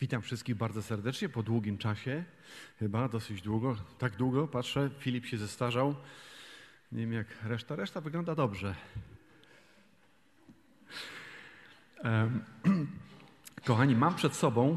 Witam wszystkich bardzo serdecznie po długim czasie, chyba dosyć długo, tak długo, patrzę, Filip się zestarzał, nie wiem jak reszta wygląda dobrze. Kochani, mam przed sobą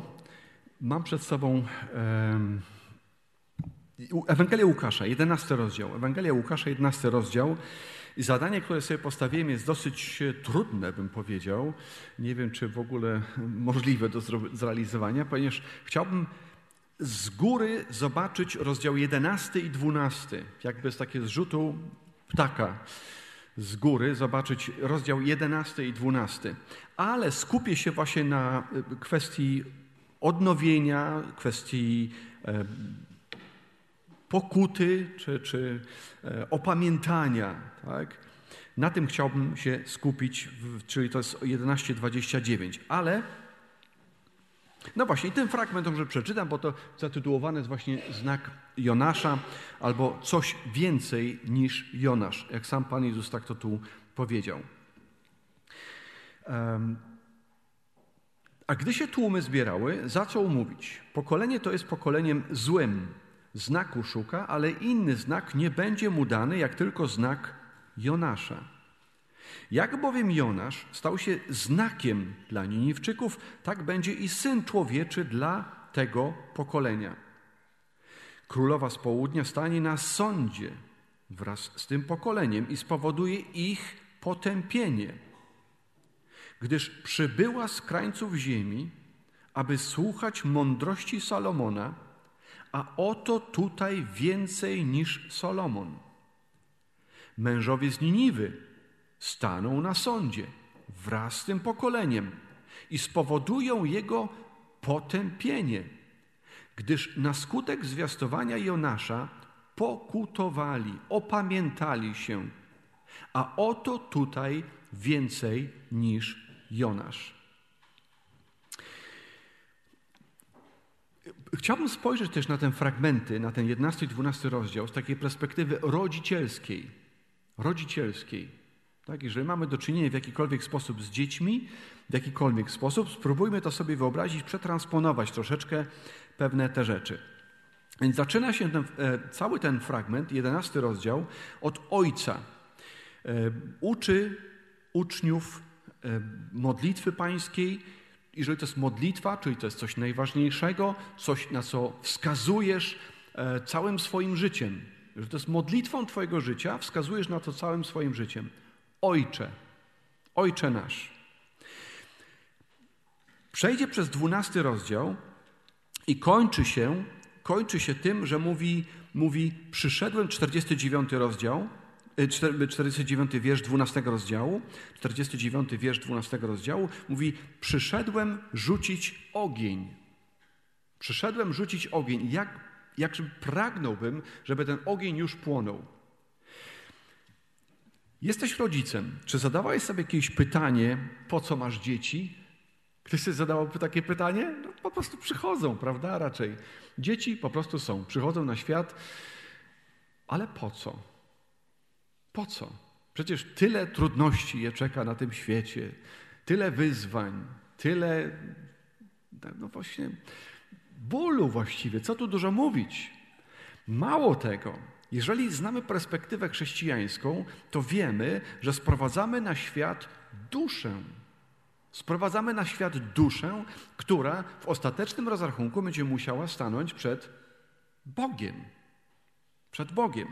Ewangelię Łukasza, 11 rozdział. Ewangelia Łukasza, 11 rozdział. I zadanie, które sobie postawiłem, jest dosyć trudne, bym powiedział. Nie wiem, czy w ogóle możliwe do zrealizowania, ponieważ chciałbym z góry zobaczyć rozdział 11 i 12. Jakby z takiego zrzutu ptaka z góry zobaczyć rozdział 11 i 12. Ale skupię się właśnie na kwestii odnowienia, kwestii pokuty czy opamiętania. Tak? Na tym chciałbym się skupić, czyli to jest 11:29. Ale, no właśnie, ten fragment może przeczytam, bo to zatytułowane jest właśnie znak Jonasza, albo coś więcej niż Jonasz, jak sam Pan Jezus tak to tu powiedział. A gdy się tłumy zbierały, zaczął mówić: pokolenie to jest pokoleniem złym, znaku szuka, ale inny znak nie będzie mu dany, jak tylko znak Jonasza. Jak bowiem Jonasz stał się znakiem dla Niniwczyków, tak będzie i Syn Człowieczy dla tego pokolenia. Królowa z południa stanie na sądzie wraz z tym pokoleniem i spowoduje ich potępienie, gdyż przybyła z krańców ziemi, aby słuchać mądrości Salomona, a oto tutaj więcej niż Solomon. Mężowie z Niniwy staną na sądzie wraz z tym pokoleniem i spowodują jego potępienie, gdyż na skutek zwiastowania Jonasza pokutowali, opamiętali się, a oto tutaj więcej niż Jonasz. Chciałbym spojrzeć też na te fragmenty, na ten 11 i 12 rozdział z takiej perspektywy rodzicielskiej. Tak? Jeżeli mamy do czynienia w jakikolwiek sposób z dziećmi, w jakikolwiek sposób, spróbujmy to sobie wyobrazić, przetransponować troszeczkę pewne te rzeczy. Więc zaczyna się cały ten fragment, 11 rozdział, od ojca. Uczy uczniów modlitwy pańskiej. Jeżeli to jest modlitwa, czyli to jest coś najważniejszego, coś, na co wskazujesz całym swoim życiem. Jeżeli to jest modlitwą twojego życia, wskazujesz na to całym swoim życiem. Ojcze nasz. Przejdzie przez 12 rozdział i kończy się tym, że mówi przyszedłem, 49 rozdział, 49 wiersz 12 rozdziału, 49 wiersz 12 rozdziału, mówi: przyszedłem rzucić ogień. Przyszedłem rzucić ogień. Jak pragnąłbym, żeby ten ogień już płonął. Jesteś rodzicem. Czy zadawałeś sobie jakieś pytanie, po co masz dzieci? Ktoś sobie zadawał takie pytanie? No, po prostu przychodzą, prawda? Raczej. Dzieci po prostu są. Przychodzą na świat. Ale po co? Po co? Przecież tyle trudności je czeka na tym świecie, tyle wyzwań, tyle, no właśnie, bólu właściwie. Co tu dużo mówić? Mało tego, jeżeli znamy perspektywę chrześcijańską, to wiemy, że sprowadzamy na świat duszę. Sprowadzamy na świat duszę, która w ostatecznym rozrachunku będzie musiała stanąć przed Bogiem. Przed Bogiem.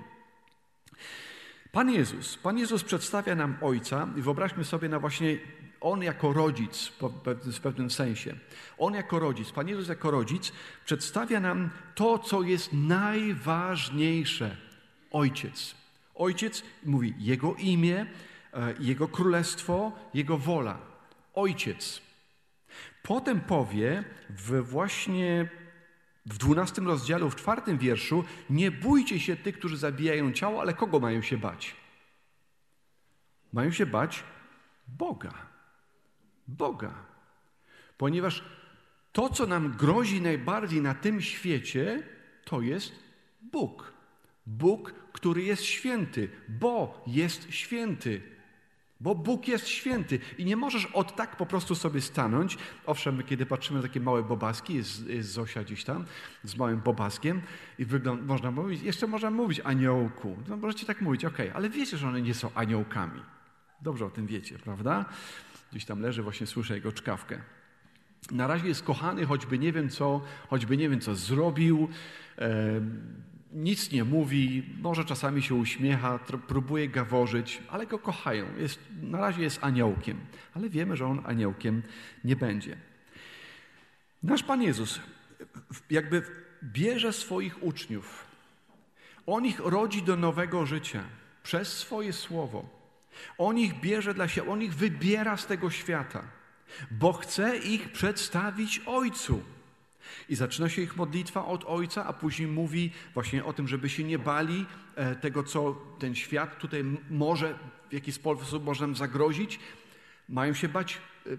Pan Jezus przedstawia nam Ojca i wyobraźmy sobie na właśnie On jako rodzic w pewnym sensie. On jako rodzic, Pan Jezus jako rodzic przedstawia nam to, co jest najważniejsze. Ojciec. Ojciec mówi Jego imię, Jego królestwo, Jego wola. Ojciec. Potem powie w 12 rozdziale, w 4 wierszu: nie bójcie się tych, którzy zabijają ciało, ale kogo mają się bać? Mają się bać Boga. Boga. Ponieważ to, co nam grozi najbardziej na tym świecie, to jest Bóg. Bóg, który jest święty, bo jest święty. Bo Bóg jest święty i nie możesz od tak po prostu sobie stanąć. Owszem, kiedy patrzymy na takie małe bobaski, jest Zosia gdzieś tam z małym bobaskiem i można mówić, jeszcze można mówić aniołku. No, możecie tak mówić, okej, ale wiecie, że one nie są aniołkami. Dobrze o tym wiecie, prawda? Gdzieś tam leży, właśnie słyszę jego czkawkę. Na razie jest kochany, choćby nie wiem co zrobił, nic nie mówi, może czasami się uśmiecha, próbuje gaworzyć, ale go kochają. Na razie jest aniołkiem, ale wiemy, że on aniołkiem nie będzie. Nasz Pan Jezus jakby bierze swoich uczniów. On ich rodzi do nowego życia przez swoje słowo. On ich bierze dla siebie, on ich wybiera z tego świata, bo chce ich przedstawić Ojcu. I zaczyna się ich modlitwa od Ojca, a później mówi właśnie o tym, żeby się nie bali tego, co ten świat tutaj może, w jaki sposób może nam zagrozić. Mają się bać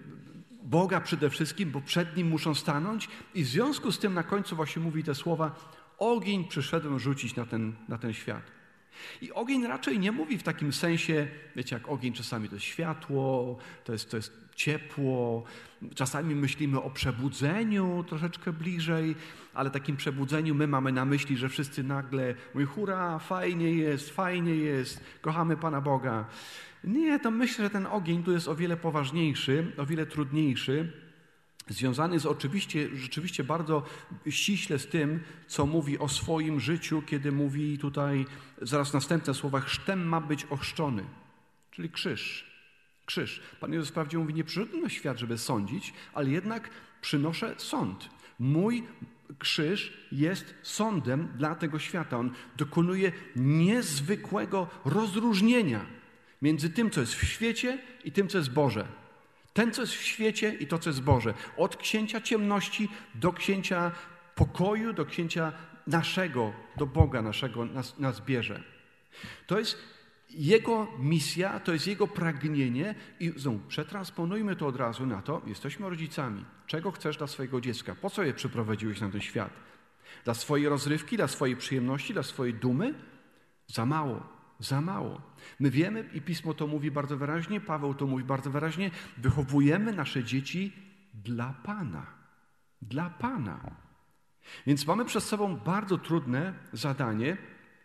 Boga przede wszystkim, bo przed Nim muszą stanąć. I w związku z tym na końcu właśnie mówi te słowa: ogień przyszedłem rzucić na ten świat. I ogień raczej nie mówi w takim sensie, wiecie, jak ogień czasami to jest światło, to jest ciepło. Czasami myślimy o przebudzeniu troszeczkę bliżej, ale takim przebudzeniu my mamy na myśli, że wszyscy nagle mówią: hurra, fajnie jest, kochamy Pana Boga. Nie, to myślę, że ten ogień tu jest o wiele poważniejszy, o wiele trudniejszy. Związany jest rzeczywiście bardzo ściśle z tym, co mówi o swoim życiu, kiedy mówi tutaj zaraz następne słowa: chrztem ma być ochrzczony, czyli krzyż. Krzyż. Pan Jezus wprawdzie mówi: nie przyszedłem na świat, żeby sądzić, ale jednak przynoszę sąd. Mój krzyż jest sądem dla tego świata. On dokonuje niezwykłego rozróżnienia między tym, co jest w świecie i tym, co jest Boże. Ten, co jest w świecie i to, co jest Boże. Od księcia ciemności do księcia pokoju, do księcia naszego, do Boga naszego nas bierze. To jest Jego misja, to jest Jego pragnienie i znowu przetransponujmy to od razu na to: jesteśmy rodzicami. Czego chcesz dla swojego dziecka? Po co je przyprowadziłeś na ten świat? Dla swojej rozrywki, dla swojej przyjemności, dla swojej dumy? Za mało. Za mało. My wiemy i Pismo to mówi bardzo wyraźnie, Paweł to mówi bardzo wyraźnie: wychowujemy nasze dzieci dla Pana. Dla Pana. Więc mamy przed sobą bardzo trudne zadanie,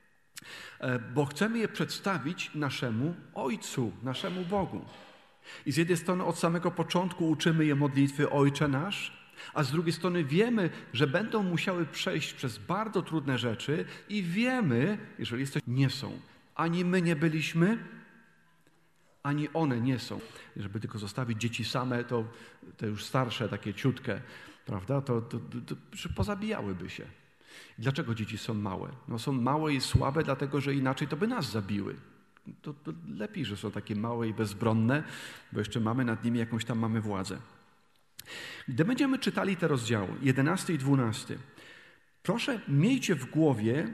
bo chcemy je przedstawić naszemu Ojcu, naszemu Bogu. I z jednej strony od samego początku uczymy je modlitwy Ojcze nasz, a z drugiej strony wiemy, że będą musiały przejść przez bardzo trudne rzeczy i wiemy, jeżeli nie są. Ani my nie byliśmy, ani one nie są. Żeby tylko zostawić dzieci same, to te już starsze, takie ciutkie, prawda, to pozabijałyby się. Dlaczego dzieci są małe? No są małe i słabe, dlatego że inaczej to by nas zabiły. To lepiej, że są takie małe i bezbronne, bo jeszcze mamy nad nimi mamy władzę. Gdy będziemy czytali te rozdziały, 11 i 12, proszę, miejcie w głowie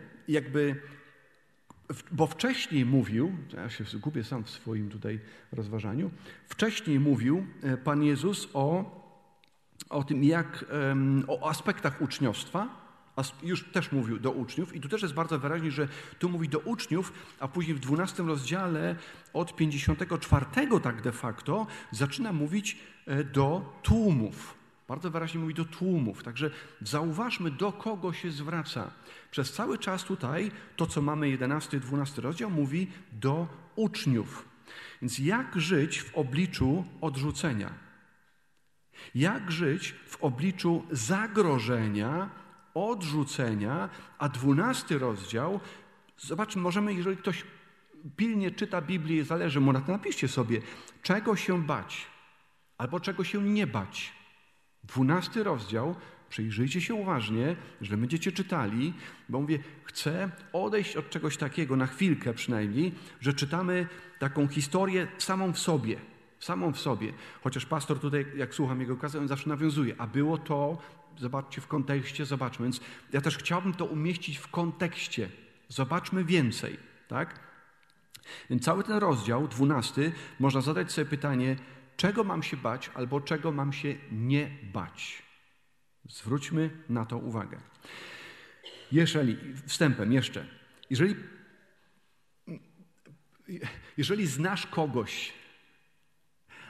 bo wcześniej mówił, ja się zgubię sam w swoim tutaj rozważaniu, wcześniej mówił Pan Jezus o tym, o aspektach uczniostwa, już też mówił do uczniów i tu też jest bardzo wyraźnie, że tu mówi do uczniów, a później w 12 rozdziale od 54 tak de facto zaczyna mówić do tłumów. Bardzo wyraźnie mówi do tłumów. Także zauważmy, do kogo się zwraca. Przez cały czas tutaj to, co mamy 11 i 12 rozdział, mówi do uczniów. Więc jak żyć w obliczu odrzucenia? Jak żyć w obliczu zagrożenia, odrzucenia? A 12 rozdział, zobaczmy, możemy, jeżeli ktoś pilnie czyta Biblię, zależy mu na to, napiszcie sobie, czego się bać albo czego się nie bać. 12 rozdział, przyjrzyjcie się uważnie, że będziecie czytali, bo mówię, chcę odejść od czegoś takiego, na chwilkę przynajmniej, że czytamy taką historię samą w sobie. Chociaż pastor tutaj, jak słucham jego kazań, on zawsze nawiązuje, a było to, zobaczcie w kontekście, zobaczmy. Więc ja też chciałbym to umieścić w kontekście. Zobaczmy więcej, tak? Więc cały ten rozdział, 12, można zadać sobie pytanie, czego mam się bać albo czego mam się nie bać. Zwróćmy na to uwagę. Wstępem jeszcze, jeżeli znasz kogoś,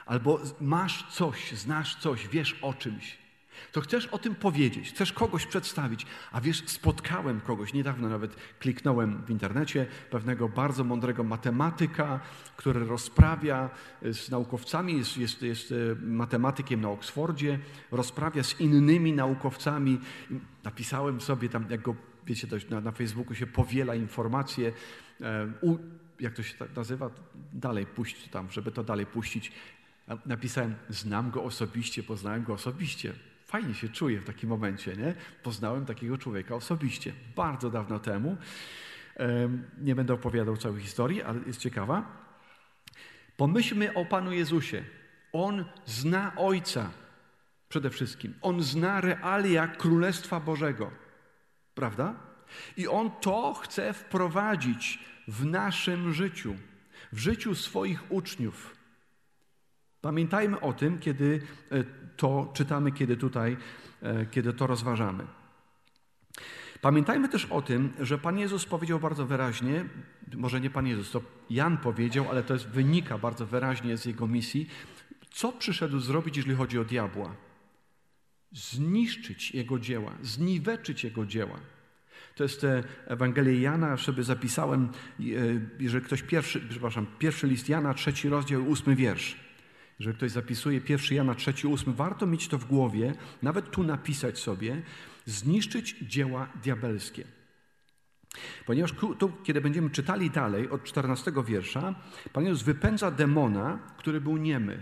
albo masz coś, znasz coś, wiesz o czymś, to chcesz o tym powiedzieć, chcesz kogoś przedstawić, a wiesz, spotkałem kogoś, niedawno nawet kliknąłem w internecie pewnego bardzo mądrego matematyka, który rozprawia z naukowcami, jest matematykiem na Oksfordzie, rozprawia z innymi naukowcami. Napisałem sobie tam, jak go, wiecie, na Facebooku się powiela informacje, jak to się tak nazywa, dalej puść tam, żeby to dalej puścić. Napisałem, znam go osobiście, poznałem go osobiście. Fajnie się czuję w takim momencie, nie? Poznałem takiego człowieka osobiście. Bardzo dawno temu. Nie będę opowiadał całej historii, ale jest ciekawa. Pomyślmy o Panu Jezusie. On zna Ojca przede wszystkim. On zna realia Królestwa Bożego. Prawda? I On to chce wprowadzić w naszym życiu. W życiu swoich uczniów. Pamiętajmy o tym, kiedy to czytamy, kiedy to rozważamy. Pamiętajmy też o tym, że Pan Jezus powiedział bardzo wyraźnie, może nie Pan Jezus, to Jan powiedział, ale to wynika bardzo wyraźnie z jego misji, co przyszedł zrobić, jeżeli chodzi o diabła. Zniszczyć jego dzieła, zniweczyć jego dzieła. To jest Ewangelia Jana, sobie zapisałem, jeżeli ktoś pierwszy list Jana, 3 rozdział, 8 wiersz. Jeżeli ktoś zapisuje 1 Jana 3:8, warto mieć to w głowie, nawet tu napisać sobie, zniszczyć dzieła diabelskie. Ponieważ tu, kiedy będziemy czytali dalej, od 14 wiersza, Pan Jezus wypędza demona, który był niemy.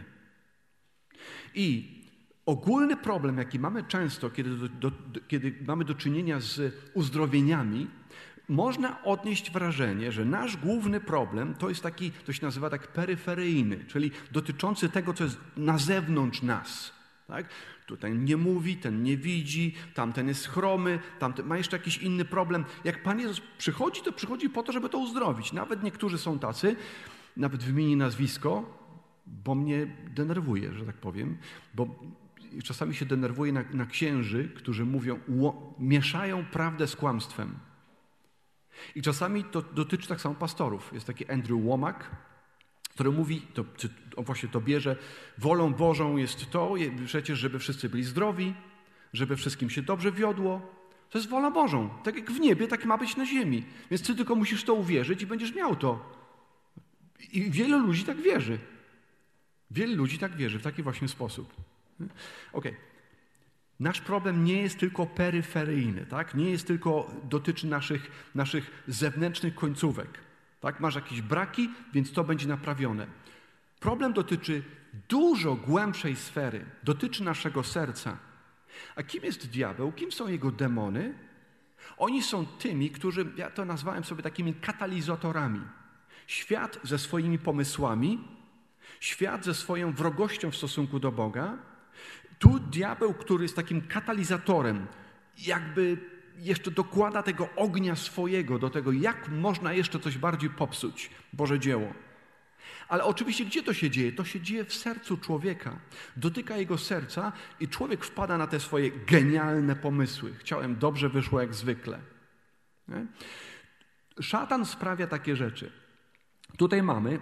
I ogólny problem, jaki mamy często, kiedy mamy do czynienia z uzdrowieniami, można odnieść wrażenie, że nasz główny problem to jest taki, to się nazywa tak peryferyjny, czyli dotyczący tego, co jest na zewnątrz nas. Tak? Ten nie mówi, ten nie widzi, tamten jest chromy, tamten ma jeszcze jakiś inny problem. Jak Pan Jezus przychodzi, to przychodzi po to, żeby to uzdrowić. Nawet niektórzy są tacy, nawet wymieni nazwisko, bo mnie denerwuje, że tak powiem, bo czasami się denerwuję na księży, którzy mówią, mieszają prawdę z kłamstwem. I czasami to dotyczy tak samo pastorów. Jest taki Andrew Womack, który mówi, właśnie to bierze, wolą Bożą jest to, przecież żeby wszyscy byli zdrowi, żeby wszystkim się dobrze wiodło. To jest wola Bożą. Tak jak w niebie, tak ma być na ziemi. Więc ty tylko musisz to uwierzyć i będziesz miał to. I wielu ludzi tak wierzy. Wielu ludzi tak wierzy w taki właśnie sposób. Okej. Nasz problem nie jest tylko peryferyjny, tak? Nie jest tylko, dotyczy naszych zewnętrznych końcówek. Tak? Masz jakieś braki, więc to będzie naprawione. Problem dotyczy dużo głębszej sfery, dotyczy naszego serca. A kim jest diabeł? Kim są jego demony? Oni są tymi, którzy, ja to nazwałem sobie takimi katalizatorami. Świat ze swoimi pomysłami, świat ze swoją wrogością w stosunku do Boga. Tu diabeł, który jest takim katalizatorem, jakby jeszcze dokłada tego ognia swojego do tego, jak można jeszcze coś bardziej popsuć, Boże dzieło. Ale oczywiście gdzie to się dzieje? To się dzieje w sercu człowieka. Dotyka jego serca i człowiek wpada na te swoje genialne pomysły. Chciałem, dobrze wyszło jak zwykle. Nie? Szatan sprawia takie rzeczy. Tutaj mamy,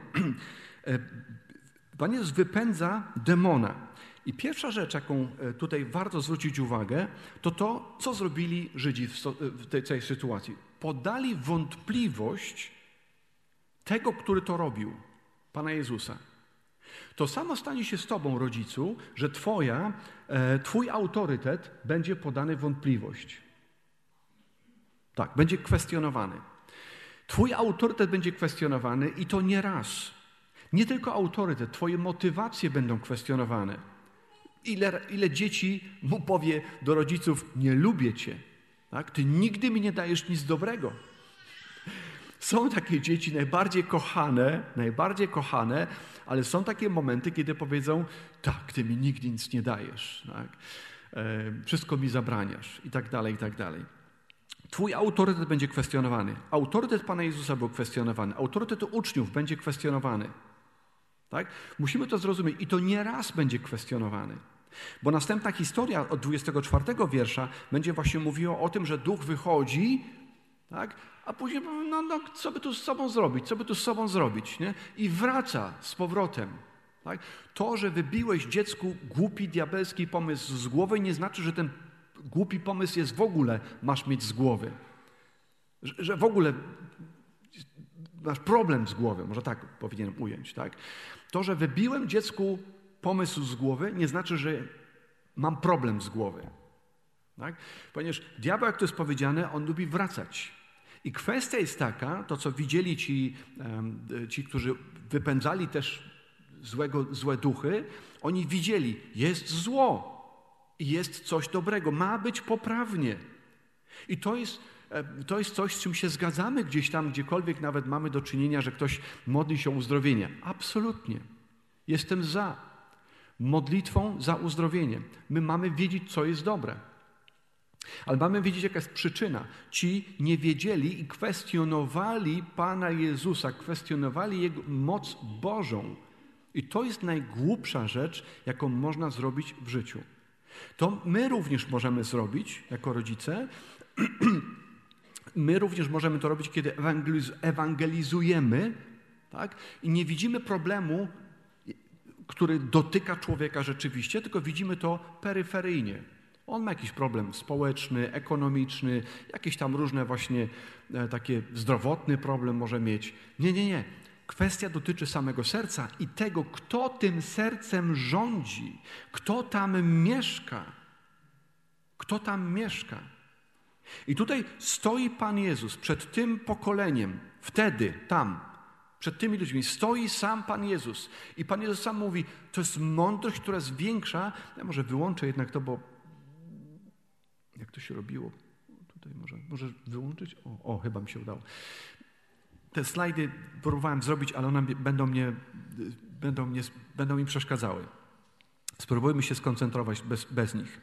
Pan Jezus wypędza demona. I pierwsza rzecz, jaką tutaj warto zwrócić uwagę, to, co zrobili Żydzi w tej całej sytuacji. Podali wątpliwość tego, który to robił, Pana Jezusa. To samo stanie się z tobą, rodzicu, że twój autorytet będzie podany w wątpliwość. Tak, będzie kwestionowany. Twój autorytet będzie kwestionowany i to nie raz. Nie tylko autorytet, twoje motywacje będą kwestionowane. Ile dzieci mu powie do rodziców, nie lubię cię. Tak? Ty nigdy mi nie dajesz nic dobrego. Są takie dzieci najbardziej kochane, ale są takie momenty, kiedy powiedzą, tak, ty mi nigdy nic nie dajesz. Tak? Wszystko mi zabraniasz i tak dalej, i tak dalej. Twój autorytet będzie kwestionowany. Autorytet Pana Jezusa był kwestionowany. Autorytet uczniów będzie kwestionowany. Tak? Musimy to zrozumieć i to nie raz będzie kwestionowany. Bo następna historia od 24 wiersza będzie właśnie mówiła o tym, że duch wychodzi, tak? A później co by tu z sobą zrobić? Co by tu z sobą zrobić? Nie? I wraca z powrotem. Tak? To, że wybiłeś dziecku głupi, diabelski pomysł z głowy, nie znaczy, że ten głupi pomysł jest w ogóle, masz mieć z głowy. Że w ogóle masz problem z głowy, może tak powinienem ująć. Tak? To, że wybiłem dziecku pomysł z głowy, nie znaczy, że mam problem z głowy. Tak? Ponieważ diabeł, jak to jest powiedziane, on lubi wracać. I kwestia jest taka, to co widzieli ci którzy wypędzali też złe duchy, oni widzieli, jest zło i jest coś dobrego, ma być poprawnie. I to jest coś, z czym się zgadzamy gdzieś tam, gdziekolwiek nawet mamy do czynienia, że ktoś modli się o uzdrowienie. Absolutnie. Jestem za modlitwą, za uzdrowienie. My mamy wiedzieć, co jest dobre. Ale mamy wiedzieć, jaka jest przyczyna. Ci nie wiedzieli i kwestionowali Pana Jezusa, kwestionowali Jego moc Bożą. I to jest najgłupsza rzecz, jaką można zrobić w życiu. To my również możemy zrobić, jako rodzice. My również możemy to robić, kiedy ewangelizujemy, tak? I nie widzimy problemu, który dotyka człowieka rzeczywiście, tylko widzimy to peryferyjnie. On ma jakiś problem społeczny, ekonomiczny, jakieś tam różne właśnie takie zdrowotny problem może mieć. Nie. Kwestia dotyczy samego serca i tego, kto tym sercem rządzi, kto tam mieszka. Kto tam mieszka. I tutaj stoi Pan Jezus przed tym pokoleniem, wtedy, tam, przed tymi ludźmi. Stoi sam Pan Jezus. I Pan Jezus sam mówi, to jest mądrość, która jest większa. Ja może wyłączę jednak to, bo jak to się robiło? Tutaj może wyłączyć? Chyba mi się udało. Te slajdy próbowałem zrobić, ale one będą mi przeszkadzały. Spróbujmy się skoncentrować bez nich.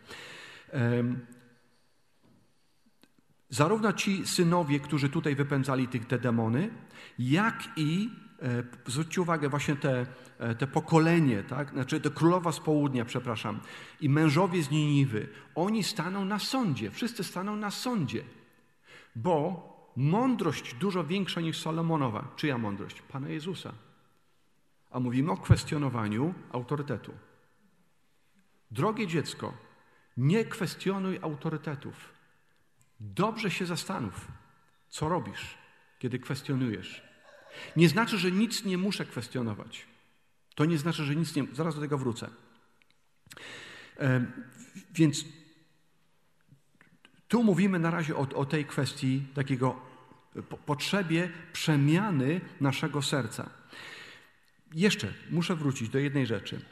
Zarówno ci synowie, którzy tutaj wypędzali te demony, jak i, zwróćcie uwagę, właśnie te pokolenie, tak? Znaczy to królowa z południa, przepraszam, i mężowie z Niniwy, oni staną na sądzie, wszyscy staną na sądzie, bo mądrość dużo większa niż Salomonowa. Czyja mądrość? Pana Jezusa. A mówimy o kwestionowaniu autorytetu. Drogie dziecko, nie kwestionuj autorytetów. Dobrze się zastanów, co robisz, kiedy kwestionujesz. Nie znaczy, że nic nie muszę kwestionować. To nie znaczy, że nic nie... Zaraz do tego wrócę. Więc tu mówimy na razie o tej kwestii takiego potrzebie przemiany naszego serca. Jeszcze muszę wrócić do jednej rzeczy.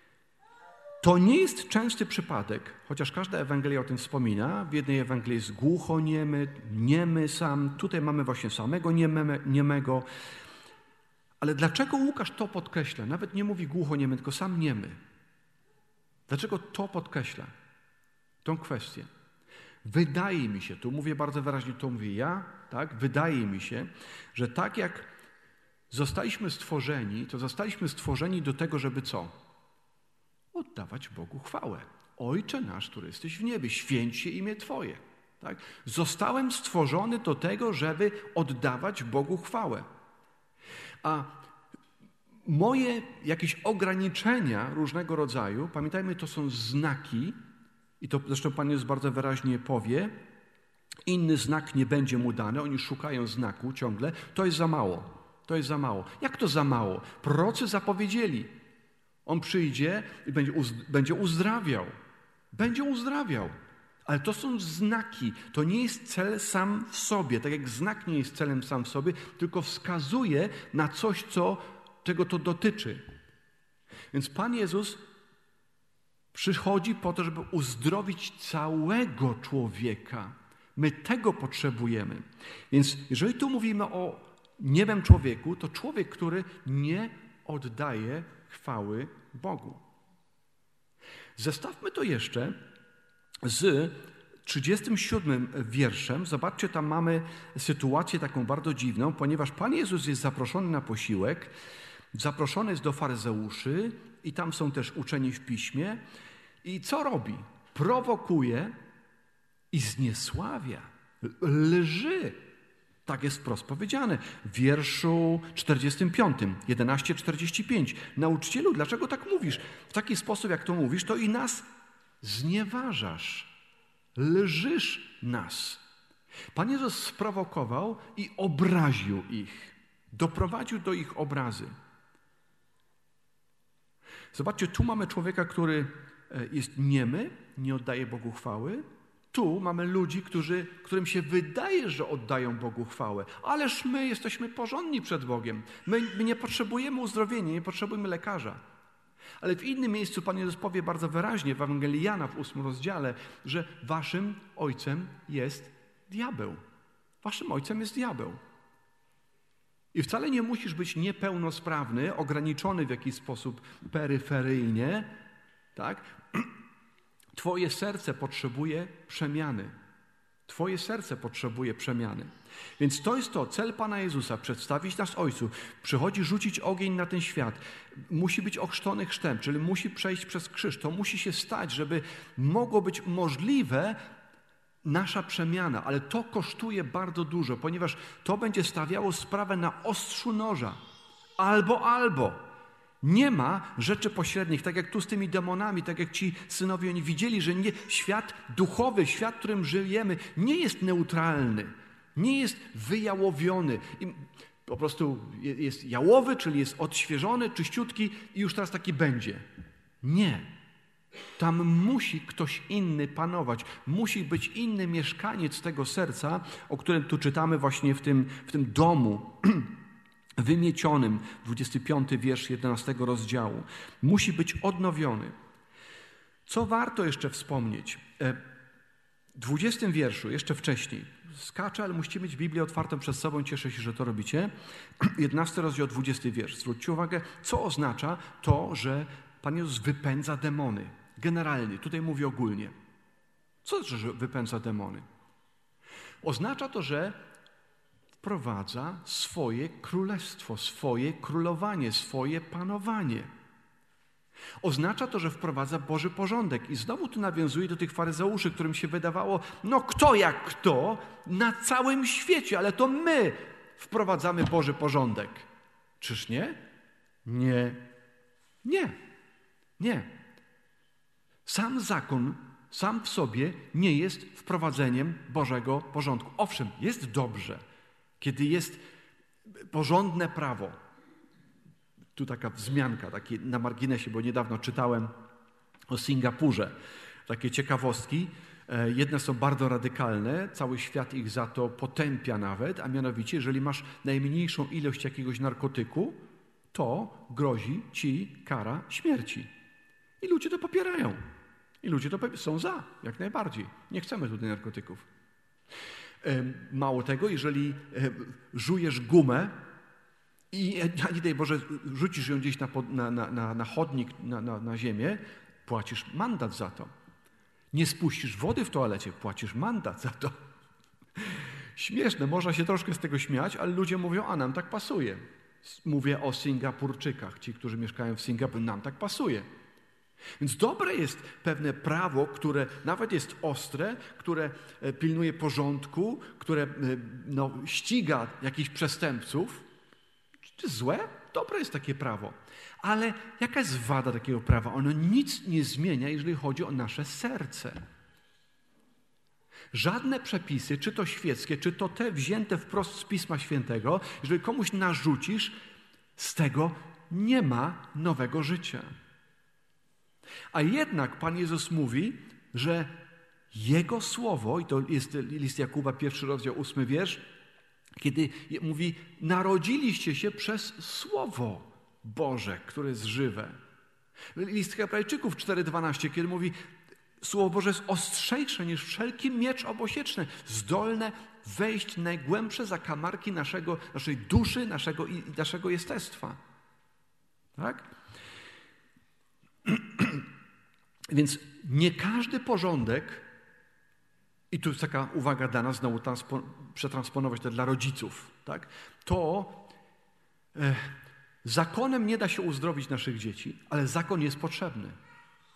To nie jest częsty przypadek, chociaż każda Ewangelia o tym wspomina. W jednej Ewangelii jest głuchoniemy, niemy sam. Tutaj mamy właśnie samego niemego. Ale dlaczego Łukasz to podkreśla? Nawet nie mówi głuchoniemy, tylko sam niemy. Dlaczego to podkreśla? Tą kwestię. Wydaje mi się, tu mówię bardzo wyraźnie, to mówię ja, tak? Wydaje mi się, że tak jak zostaliśmy stworzeni, to zostaliśmy stworzeni do tego, żeby co? Oddawać Bogu chwałę. Ojcze nasz, który jesteś w niebie, święć się imię Twoje. Tak? Zostałem stworzony do tego, żeby oddawać Bogu chwałę. A moje jakieś ograniczenia różnego rodzaju, pamiętajmy, to są znaki, i to zresztą Pan Jezus bardzo wyraźnie powie, inny znak nie będzie mu dany, oni szukają znaku ciągle, to jest za mało. To jest za mało. Jak to za mało? Prorocy zapowiedzieli. On przyjdzie i będzie uzdrawiał. Będzie uzdrawiał. Ale to są znaki. To nie jest cel sam w sobie. Tak jak znak nie jest celem sam w sobie, tylko wskazuje na coś, czego to dotyczy. Więc Pan Jezus przychodzi po to, żeby uzdrowić całego człowieka. My tego potrzebujemy. Więc jeżeli tu mówimy o niebem człowieku, to człowiek, który nie oddaje chwały Bogu. Zestawmy to jeszcze z 37 wierszem. Zobaczcie, tam mamy sytuację taką bardzo dziwną, ponieważ Pan Jezus jest zaproszony na posiłek, zaproszony jest do faryzeuszy i tam są też uczeni w piśmie. I co robi? Prowokuje i zniesławia. Lży. Tak jest wprost powiedziane w wierszu 45, 11:45. Nauczycielu, dlaczego tak mówisz? W taki sposób, jak to mówisz, to i nas znieważasz. Lżysz nas. Pan Jezus sprowokował i obraził ich. Doprowadził do ich obrazy. Zobaczcie, tu mamy człowieka, który jest niemy, nie oddaje Bogu chwały. Tu mamy ludzi, którym się wydaje, że oddają Bogu chwałę. Ależ my jesteśmy porządni przed Bogiem. My nie potrzebujemy uzdrowienia, nie potrzebujemy lekarza. Ale w innym miejscu Pan Jezus powie bardzo wyraźnie w Ewangelii Jana w 8 rozdziale, że waszym ojcem jest diabeł. Waszym ojcem jest diabeł. I wcale nie musisz być niepełnosprawny, ograniczony w jakiś sposób peryferyjnie, tak? Twoje serce potrzebuje przemiany. Twoje serce potrzebuje przemiany. Więc to jest to, cel Pana Jezusa, przedstawić nas Ojcu. Przychodzi rzucić ogień na ten świat. Musi być ochrzczony chrztem, czyli musi przejść przez krzyż. To musi się stać, żeby mogło być możliwe nasza przemiana. Ale to kosztuje bardzo dużo, ponieważ to będzie stawiało sprawę na ostrzu noża. Albo. Nie ma rzeczy pośrednich, tak jak tu z tymi demonami, tak jak ci synowie, oni widzieli, że świat duchowy, świat, w którym żyjemy, nie jest neutralny, nie jest wyjałowiony. I po prostu jest jałowy, czyli jest odświeżony, czyściutki i już teraz taki będzie. Nie. Tam musi ktoś inny panować. Musi być inny mieszkaniec tego serca, o którym tu czytamy właśnie w tym domu wymiecionym, 25 wiersz 11 rozdziału. Musi być odnowiony. Co warto jeszcze wspomnieć? W 20 wierszu, jeszcze wcześniej, skaczę, ale musicie mieć Biblię otwartą przed sobą, cieszę się, że to robicie. 11 rozdział, 20 wiersz. Zwróćcie uwagę, co oznacza to, że Pan Jezus wypędza demony. Generalnie, tutaj mówię ogólnie. Co to znaczy, że wypędza demony? Oznacza to, że wprowadza swoje królestwo, swoje królowanie, swoje panowanie. Oznacza to, że wprowadza Boży porządek. I znowu tu nawiązuje do tych faryzeuszy, którym się wydawało, no kto jak kto na całym świecie, ale to my wprowadzamy Boży porządek. Czyż nie? Nie. Nie. Nie. Sam zakon, sam w sobie nie jest wprowadzeniem Bożego porządku. Owszem, jest dobrze, kiedy jest porządne prawo. Tu taka wzmianka, taki na marginesie, bo niedawno czytałem o Singapurze. Takie ciekawostki. Jedne są bardzo radykalne, cały świat ich za to potępia nawet, a mianowicie, jeżeli masz najmniejszą ilość jakiegoś narkotyku, to grozi ci kara śmierci. I ludzie to popierają. I ludzie to są za, jak najbardziej. Nie chcemy tutaj narkotyków. Mało tego, jeżeli żujesz gumę i nie daj Boże, rzucisz ją gdzieś na chodnik, na ziemię, płacisz mandat za to. Nie spuścisz wody w toalecie, płacisz mandat za to. Śmieszne, można się troszkę z tego śmiać, ale ludzie mówią, a nam tak pasuje. Mówię o Singapurczykach, ci, którzy mieszkają w Singapurze, nam tak pasuje. Więc dobre jest pewne prawo, które nawet jest ostre, które pilnuje porządku, które ściga jakichś przestępców. Czy to jest złe? Dobre jest takie prawo. Ale jaka jest wada takiego prawa? Ono nic nie zmienia, jeżeli chodzi o nasze serce. Żadne przepisy, czy to świeckie, czy to te wzięte wprost z Pisma Świętego, jeżeli komuś narzucisz, z tego nie ma nowego życia. A jednak Pan Jezus mówi, że Jego Słowo, i to jest list Jakuba, 1 rozdział, 8 wiersz, kiedy mówi, narodziliście się przez Słowo Boże, które jest żywe. List Hebrajczyków 4:12, kiedy mówi, Słowo Boże jest ostrzejsze niż wszelki miecz obosieczny, zdolne wejść najgłębsze zakamarki naszej duszy, naszego jestestwa. Tak? Więc nie każdy porządek, i tu jest taka uwaga dla nas, znowu przetransponować to dla rodziców, tak? To zakonem nie da się uzdrowić naszych dzieci, ale zakon jest potrzebny.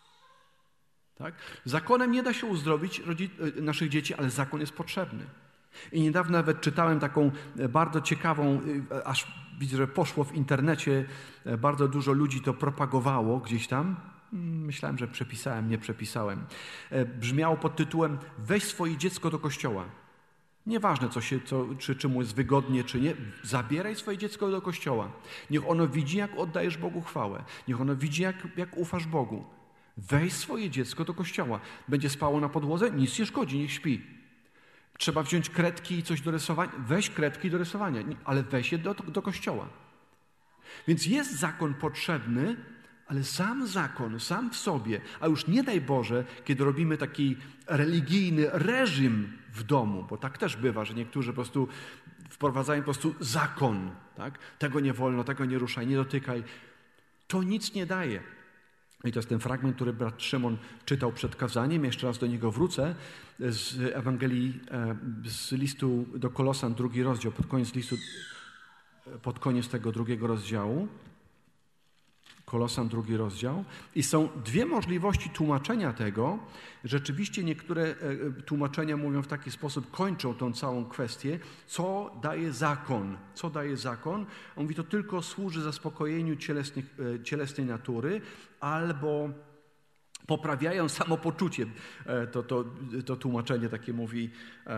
Tak? Zakonem nie da się uzdrowić naszych dzieci, ale zakon jest potrzebny. I niedawno nawet czytałem taką bardzo ciekawą, aż widzę, że poszło w internecie, bardzo dużo ludzi to propagowało gdzieś tam. Myślałem, że przepisałem, nie przepisałem. Brzmiało pod tytułem weź swoje dziecko do kościoła. Nieważne, czy mu jest wygodnie, czy nie. Zabieraj swoje dziecko do kościoła. Niech ono widzi, jak oddajesz Bogu chwałę. Niech ono widzi, jak ufasz Bogu. Weź swoje dziecko do kościoła. Będzie spało na podłodze? Nic nie szkodzi, niech śpi. Trzeba wziąć kredki i coś do rysowania? Weź kredki do rysowania, ale weź je do kościoła. Więc jest zakon potrzebny, ale sam zakon, sam w sobie, a już nie daj Boże, kiedy robimy taki religijny reżim w domu, bo tak też bywa, że niektórzy po prostu wprowadzają po prostu zakon, tak? Tego nie wolno, tego nie ruszaj, nie dotykaj. To nic nie daje. I to jest ten fragment, który brat Szymon czytał przed kazaniem. Jeszcze raz do niego wrócę. Z Ewangelii, z listu do Kolosan, 2 rozdział, pod koniec tego 2 rozdziału. Kolosan, 2 rozdział. I są dwie możliwości tłumaczenia tego. Rzeczywiście niektóre tłumaczenia mówią w taki sposób, kończą tą całą kwestię, co daje zakon. Co daje zakon? On mówi, to tylko służy zaspokojeniu cielesnej natury albo poprawiają samopoczucie. To tłumaczenie takie mówi,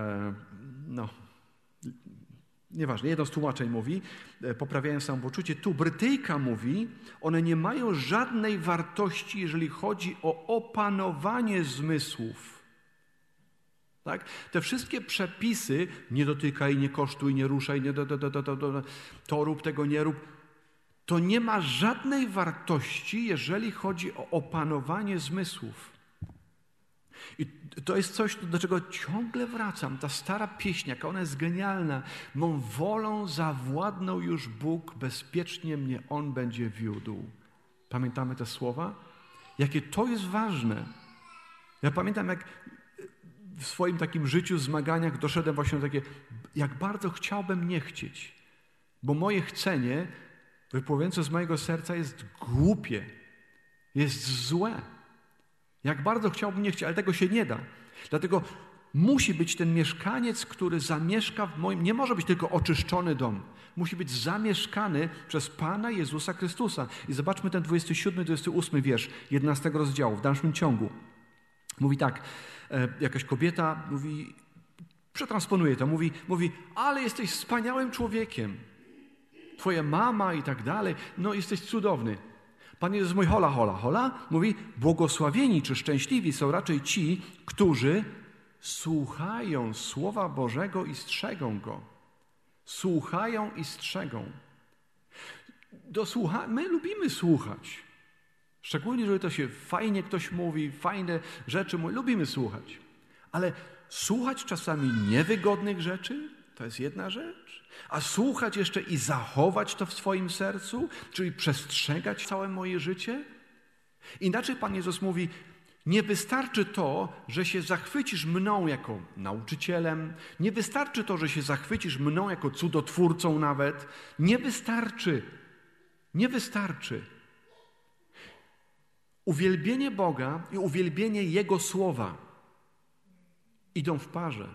nieważne, jedno z tłumaczeń mówi, poprawiają samopoczucie. Tu Brytyjka mówi, one nie mają żadnej wartości, jeżeli chodzi o opanowanie zmysłów. Tak? Te wszystkie przepisy, nie dotykaj, nie kosztuj, nie ruszaj, to rób, tego nie rób, to nie ma żadnej wartości, jeżeli chodzi o opanowanie zmysłów. I to jest coś, do czego ciągle wracam. Ta stara pieśniaka, ona jest genialna. Mą wolą zawładnął już Bóg, bezpiecznie mnie On będzie wiódł. Pamiętamy te słowa? Jakie to jest ważne. Ja pamiętam, jak w swoim takim życiu, zmaganiach doszedłem właśnie do takie, jak bardzo chciałbym nie chcieć. Bo moje chcenie, wypływające z mojego serca, jest głupie. Jest złe. Jak bardzo chciałbym nie chcieć, ale tego się nie da. Dlatego musi być ten mieszkaniec, który zamieszka w moim... Nie może być tylko oczyszczony dom. Musi być zamieszkany przez Pana Jezusa Chrystusa. I zobaczmy ten 27-28 wiersz 11 rozdziału w dalszym ciągu. Mówi tak, jakaś kobieta mówi, przetransponuje to, mówi, ale jesteś wspaniałym człowiekiem. Twoja mama i tak dalej, no jesteś cudowny. Pan Jezus mówi, hola, mówi, błogosławieni czy szczęśliwi są raczej ci, którzy słuchają Słowa Bożego i strzegą Go. Słuchają i strzegą. My lubimy słuchać. Szczególnie, jeżeli to się fajnie ktoś mówi, fajne rzeczy mówi, lubimy słuchać. Ale słuchać czasami niewygodnych rzeczy, to jest jedna rzecz. A słuchać jeszcze i zachować to w swoim sercu, czyli przestrzegać całe moje życie. Inaczej Pan Jezus mówi, nie wystarczy to, że się zachwycisz mną jako nauczycielem, nie wystarczy to, że się zachwycisz mną jako cudotwórcą nawet. Nie wystarczy. Nie wystarczy. Uwielbienie Boga i uwielbienie Jego Słowa idą w parze.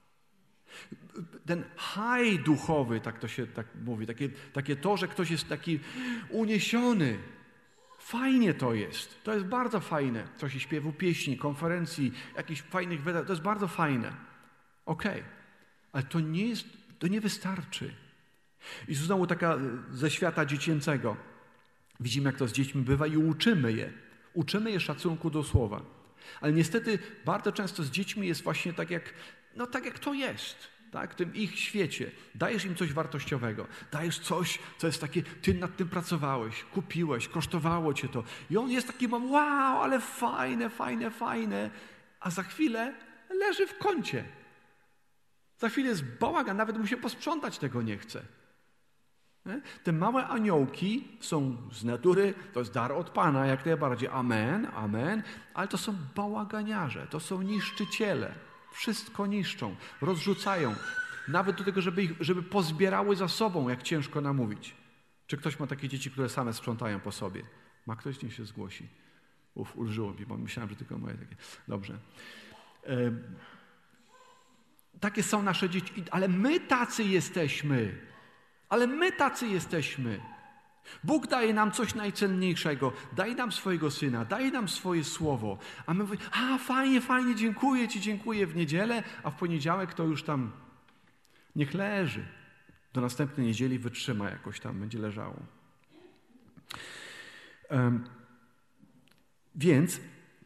Ten high duchowy, tak to się tak mówi, takie to, że ktoś jest taki uniesiony. Fajnie to jest. To jest bardzo fajne. W czasie śpiewu pieśni, konferencji, jakichś fajnych wydarzeń. To jest bardzo fajne. Okej. Ale to nie wystarczy. I znowu taka ze świata dziecięcego. Widzimy, jak to z dziećmi bywa i uczymy je. Uczymy je szacunku do słowa. Ale niestety bardzo często z dziećmi jest właśnie tak jak to jest. Tak, w tym ich świecie. Dajesz im coś wartościowego. Dajesz coś, co jest takie, ty nad tym pracowałeś, kupiłeś, kosztowało cię to. I on jest taki, wow, ale fajne. A za chwilę leży w kącie. Za chwilę jest bałagan, nawet mu się posprzątać tego nie chce. Nie? Te małe aniołki są z natury, to jest dar od Pana, jak najbardziej. Amen. Ale to są bałaganiarze, to są niszczyciele. Wszystko niszczą, rozrzucają. Nawet do tego, żeby pozbierały za sobą, jak ciężko namówić. Czy ktoś ma takie dzieci, które same sprzątają po sobie? Ma ktoś, niech się zgłosi. Ulżyło mi, bo myślałem, że tylko moje takie. Dobrze. Takie są nasze dzieci, ale my tacy jesteśmy. Ale my tacy jesteśmy. Bóg daje nam coś najcenniejszego. Daje nam swojego Syna, daje nam swoje Słowo. A my mówimy, fajnie, dziękuję Ci, dziękuję w niedzielę, a w poniedziałek to już tam niech leży. Do następnej niedzieli wytrzyma jakoś tam, będzie leżało. Więc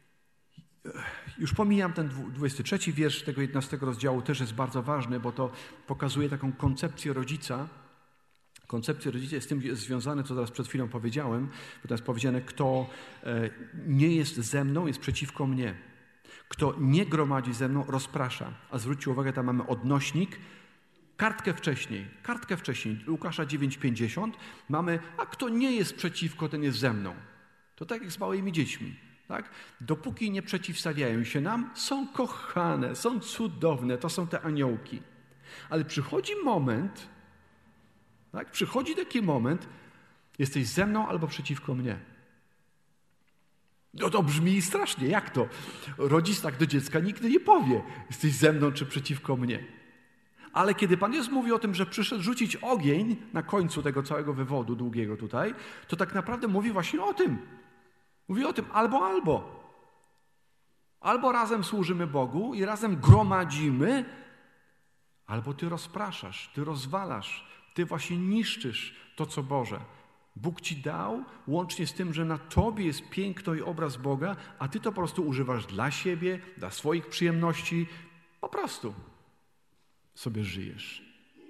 już pomijam ten 23 wiersz tego 11 rozdziału, też jest bardzo ważny, bo to pokazuje taką koncepcję rodzica. Koncepcja rodzica jest z tym związane, co teraz przed chwilą powiedziałem, bo teraz powiedziane, kto nie jest ze mną, jest przeciwko mnie. Kto nie gromadzi ze mną, rozprasza. A zwróćcie uwagę, tam mamy odnośnik, kartkę wcześniej, Łukasza 9:50, mamy, a kto nie jest przeciwko, ten jest ze mną. To tak jak z małymi dziećmi. Tak? Dopóki nie przeciwstawiają się nam, są kochane, są cudowne, to są te aniołki. Ale przychodzi moment, tak? Przychodzi taki moment, jesteś ze mną albo przeciwko mnie. No to brzmi strasznie, jak to? Rodzic tak do dziecka nigdy nie powie, jesteś ze mną czy przeciwko mnie. Ale kiedy Pan Jezus mówi o tym, że przyszedł rzucić ogień na końcu tego całego wywodu długiego tutaj, to tak naprawdę mówi właśnie o tym. Mówi o tym albo. Albo razem służymy Bogu i razem gromadzimy, albo Ty rozpraszasz, Ty rozwalasz, Ty właśnie niszczysz to, co Boże. Bóg Ci dał, łącznie z tym, że na Tobie jest piękno i obraz Boga, a Ty to po prostu używasz dla siebie, dla swoich przyjemności. Po prostu sobie żyjesz.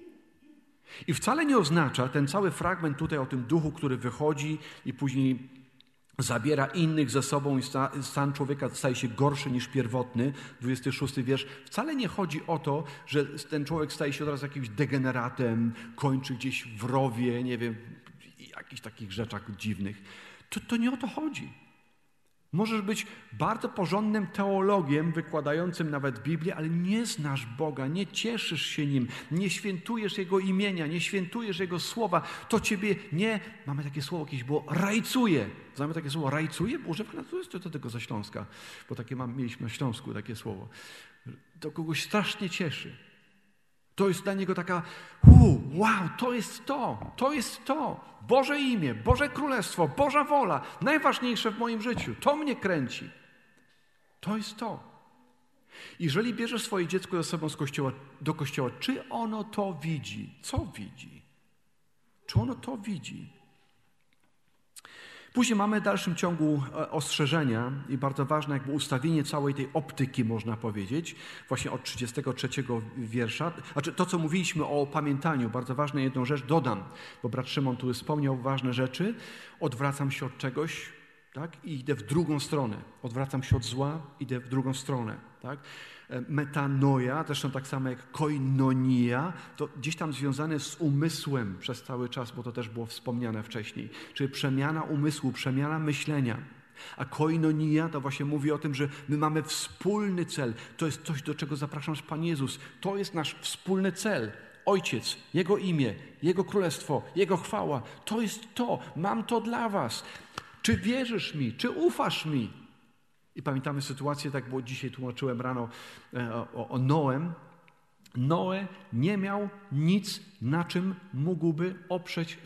I wcale nie oznacza ten cały fragment tutaj o tym duchu, który wychodzi i później zabiera innych ze sobą i stan człowieka staje się gorszy niż pierwotny. 26 wiersz. Wcale nie chodzi o to, że ten człowiek staje się od razu jakimś degeneratem, kończy gdzieś w rowie, nie wiem, jakichś takich rzeczach dziwnych. To nie o to chodzi. Możesz być bardzo porządnym teologiem, wykładającym nawet Biblię, ale nie znasz Boga, nie cieszysz się Nim, nie świętujesz Jego imienia, nie świętujesz Jego słowa. To Ciebie nie, mamy takie słowo jakieś było, rajcuje. Znamy takie słowo rajcuje? Używam to tego ze Śląska, bo takie mieliśmy na Śląsku takie słowo. To kogoś strasznie cieszy. To jest dla niego taka, wow, to jest to. Boże imię, Boże Królestwo, Boża wola, najważniejsze w moim życiu. To mnie kręci. To jest to. Jeżeli bierzesz swoje dziecko ze sobą do kościoła, czy ono to widzi? Co widzi? Czy ono to widzi? Później mamy w dalszym ciągu ostrzeżenia i bardzo ważne jakby ustawienie całej tej optyki, można powiedzieć, właśnie od 33 wiersza. Znaczy to, co mówiliśmy o opamiętaniu, bardzo ważną jedną rzecz dodam, bo brat Szymon tu wspomniał ważne rzeczy. Odwracam się od czegoś, tak, i idę w drugą stronę. Odwracam się od zła, idę w drugą stronę, tak. Metanoia, zresztą tak samo jak koinonia, to gdzieś tam związane z umysłem przez cały czas, bo to też było wspomniane wcześniej. Czyli przemiana umysłu, przemiana myślenia. A koinonia to właśnie mówi o tym, że my mamy wspólny cel. To jest coś, do czego zapraszam Pan Jezus. To jest nasz wspólny cel. Ojciec, Jego imię, Jego królestwo, Jego chwała. To jest to. Mam to dla was. Czy wierzysz mi? Czy ufasz mi? I pamiętamy sytuację, tak było dzisiaj, tłumaczyłem rano o Noem. Noe nie miał nic, na czym mógłby oprzeć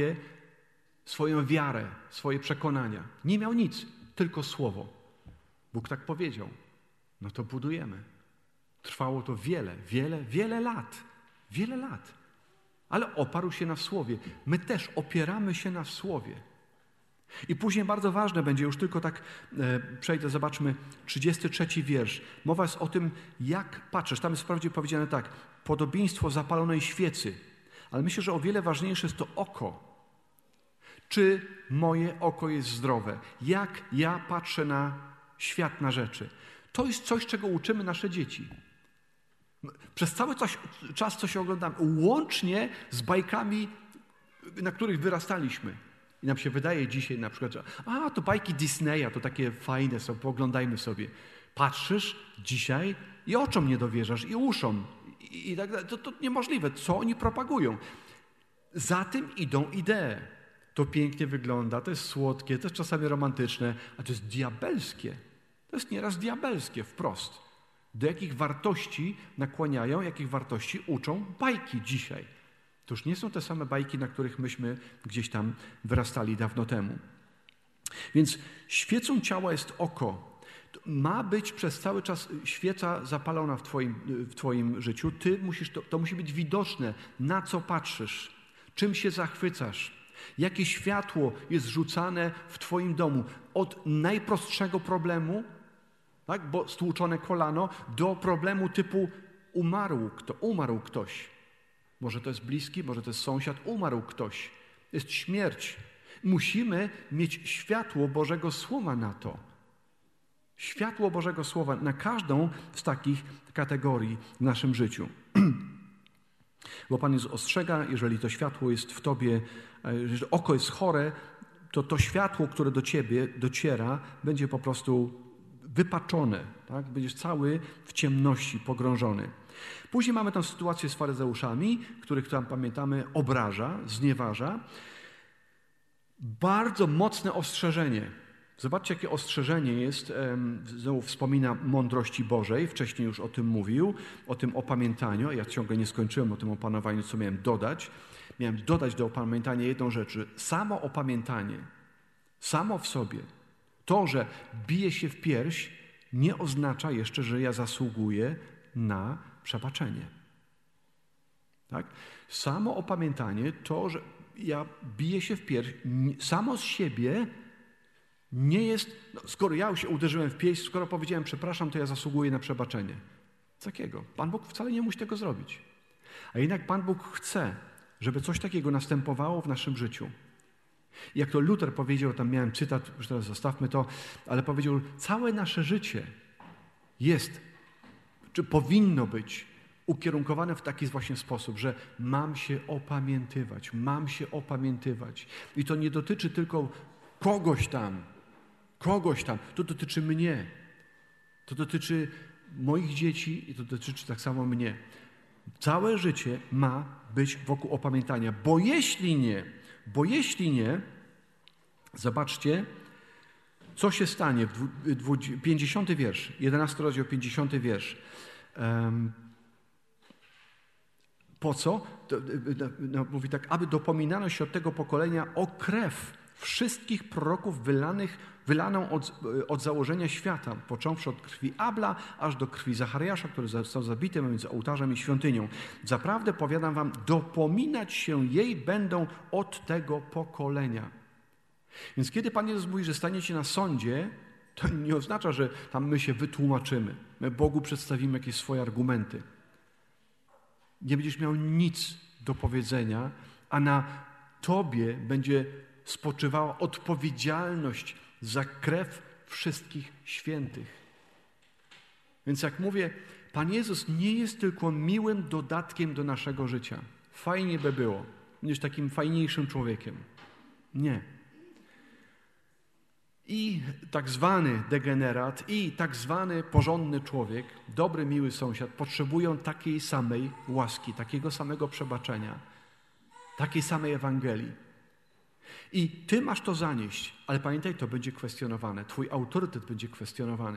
swoją wiarę, swoje przekonania. Nie miał nic, tylko słowo. Bóg tak powiedział. No to budujemy. Trwało to wiele lat. Wiele lat. Ale oparł się na słowie. My też opieramy się na słowie. I później bardzo ważne będzie, już tylko tak przejdę, zobaczmy, 33 wiersz. Mowa jest o tym, jak patrzysz. Tam jest wprawdzie powiedziane tak, podobieństwo zapalonej świecy. Ale myślę, że o wiele ważniejsze jest to oko. Czy moje oko jest zdrowe? Jak ja patrzę na świat, na rzeczy? To jest coś, czego uczymy nasze dzieci. Przez cały czas, co się oglądamy, łącznie z bajkami, na których wyrastaliśmy. I nam się wydaje dzisiaj na przykład, że to bajki Disneya, to takie fajne są, pooglądajmy sobie. Patrzysz dzisiaj i oczom nie dowierzasz, i uszom. I tak dalej. To niemożliwe. Co oni propagują? Za tym idą idee. To pięknie wygląda, to jest słodkie, to jest czasami romantyczne, a to jest diabelskie. To jest nieraz diabelskie wprost. Do jakich wartości nakłaniają, jakich wartości uczą bajki dzisiaj. To już nie są te same bajki, na których myśmy gdzieś tam wyrastali dawno temu. Więc świecą ciała jest oko. Ma być przez cały czas świeca zapalona w Twoim życiu. Ty musisz, to musi być widoczne, na co patrzysz, czym się zachwycasz, jakie światło jest rzucane w Twoim domu. Od najprostszego problemu, tak, bo stłuczone kolano, do problemu typu umarł ktoś. Może to jest bliski, może to jest sąsiad, umarł ktoś. Jest śmierć. Musimy mieć światło Bożego Słowa na to. Światło Bożego Słowa na każdą z takich kategorii w naszym życiu. Bo Pan Jezus ostrzega, jeżeli to światło jest w Tobie, jeżeli oko jest chore, to światło, które do Ciebie dociera, będzie po prostu wypaczone. Tak? Będziesz cały w ciemności pogrążony. Później mamy tę sytuację z faryzeuszami, których tam pamiętamy obraża, znieważa. Bardzo mocne ostrzeżenie. Zobaczcie, jakie ostrzeżenie jest. Znowu wspomina mądrości Bożej. Wcześniej już o tym mówił, o tym opamiętaniu. Ja ciągle nie skończyłem o tym opanowaniu, co miałem dodać. Miałem dodać do opamiętania jedną rzecz. Samo opamiętanie, samo w sobie, to, że bije się w pierś, nie oznacza jeszcze, że ja zasługuję na przebaczenie. Tak? Samo opamiętanie, to, że ja biję się w pierś, samo z siebie nie jest, skoro ja się uderzyłem w pierś, skoro powiedziałem przepraszam, to ja zasługuję na przebaczenie. Co takiego? Pan Bóg wcale nie musi tego zrobić. A jednak Pan Bóg chce, żeby coś takiego następowało w naszym życiu. I jak to Luther powiedział, tam miałem cytat, już teraz zostawmy to, ale powiedział, całe nasze życie jest, czy powinno być ukierunkowane w taki właśnie sposób, że mam się opamiętywać. I to nie dotyczy tylko kogoś tam, to dotyczy mnie, to dotyczy moich dzieci i to dotyczy tak samo mnie. Całe życie ma być wokół opamiętania, bo jeśli nie, zobaczcie, co się stanie, 50 wiersz, 11 rozdział, 50 wiersz. Po co? Mówi tak, aby dopominano się od tego pokolenia o krew wszystkich proroków wylaną od założenia świata, począwszy od krwi Abla, aż do krwi Zachariasza, który został zabity między ołtarzem i świątynią. Zaprawdę powiadam wam, dopominać się jej będą od tego pokolenia. Więc kiedy Pan Jezus mówi, że staniecie na sądzie, to nie oznacza, że tam my się wytłumaczymy. My Bogu przedstawimy jakieś swoje argumenty. Nie będziesz miał nic do powiedzenia, a na Tobie będzie spoczywała odpowiedzialność za krew wszystkich świętych. Więc jak mówię, Pan Jezus nie jest tylko miłym dodatkiem do naszego życia. Fajnie by było. Będziesz takim fajniejszym człowiekiem. Nie. I tak zwany degenerat, i tak zwany porządny człowiek, dobry, miły sąsiad, potrzebują takiej samej łaski, takiego samego przebaczenia, takiej samej Ewangelii. I Ty masz to zanieść, ale pamiętaj, to będzie kwestionowane. Twój autorytet będzie kwestionowany.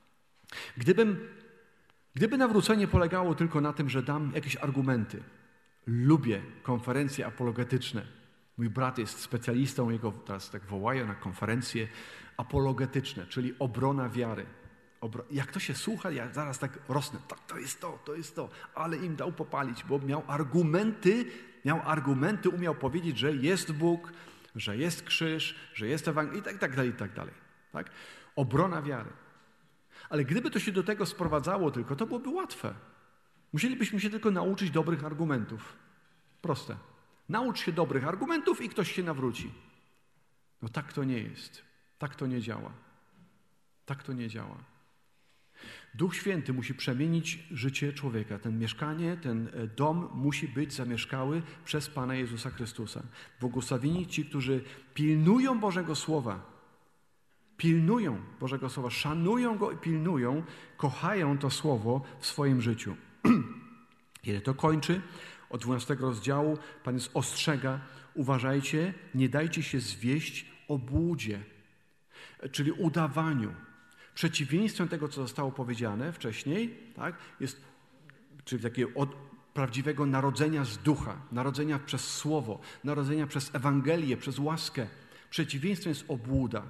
Gdyby nawrócenie polegało tylko na tym, że dam jakieś argumenty, lubię konferencje apologetyczne. Mój brat jest specjalistą, jego teraz tak wołają na konferencje apologetyczne, czyli obrona wiary. Jak to się słucha, ja zaraz tak rosnę. Tak, to jest to. Ale im dał popalić, bo miał argumenty, umiał powiedzieć, że jest Bóg, że jest krzyż, że jest Ewangelia i tak dalej. Tak? Obrona wiary. Ale gdyby to się do tego sprowadzało tylko, to byłoby łatwe. Musielibyśmy się tylko nauczyć dobrych argumentów. Proste. Naucz się dobrych argumentów i ktoś się nawróci. No tak to nie jest. Tak to nie działa. Tak to nie działa. Duch Święty musi przemienić życie człowieka. Ten mieszkanie, ten dom musi być zamieszkały przez Pana Jezusa Chrystusa. Błogosławieni ci, którzy pilnują Bożego Słowa. Pilnują Bożego Słowa, szanują Go i pilnują, kochają to Słowo w swoim życiu. Kiedy to kończy, od 12 rozdziału Pan Jezus ostrzega, uważajcie, nie dajcie się zwieść obłudzie, czyli udawaniu. Przeciwieństwem tego, co zostało powiedziane wcześniej, tak, jest, czyli takiego prawdziwego narodzenia z ducha, narodzenia przez słowo, narodzenia przez Ewangelię, przez łaskę. Przeciwieństwem jest obłuda.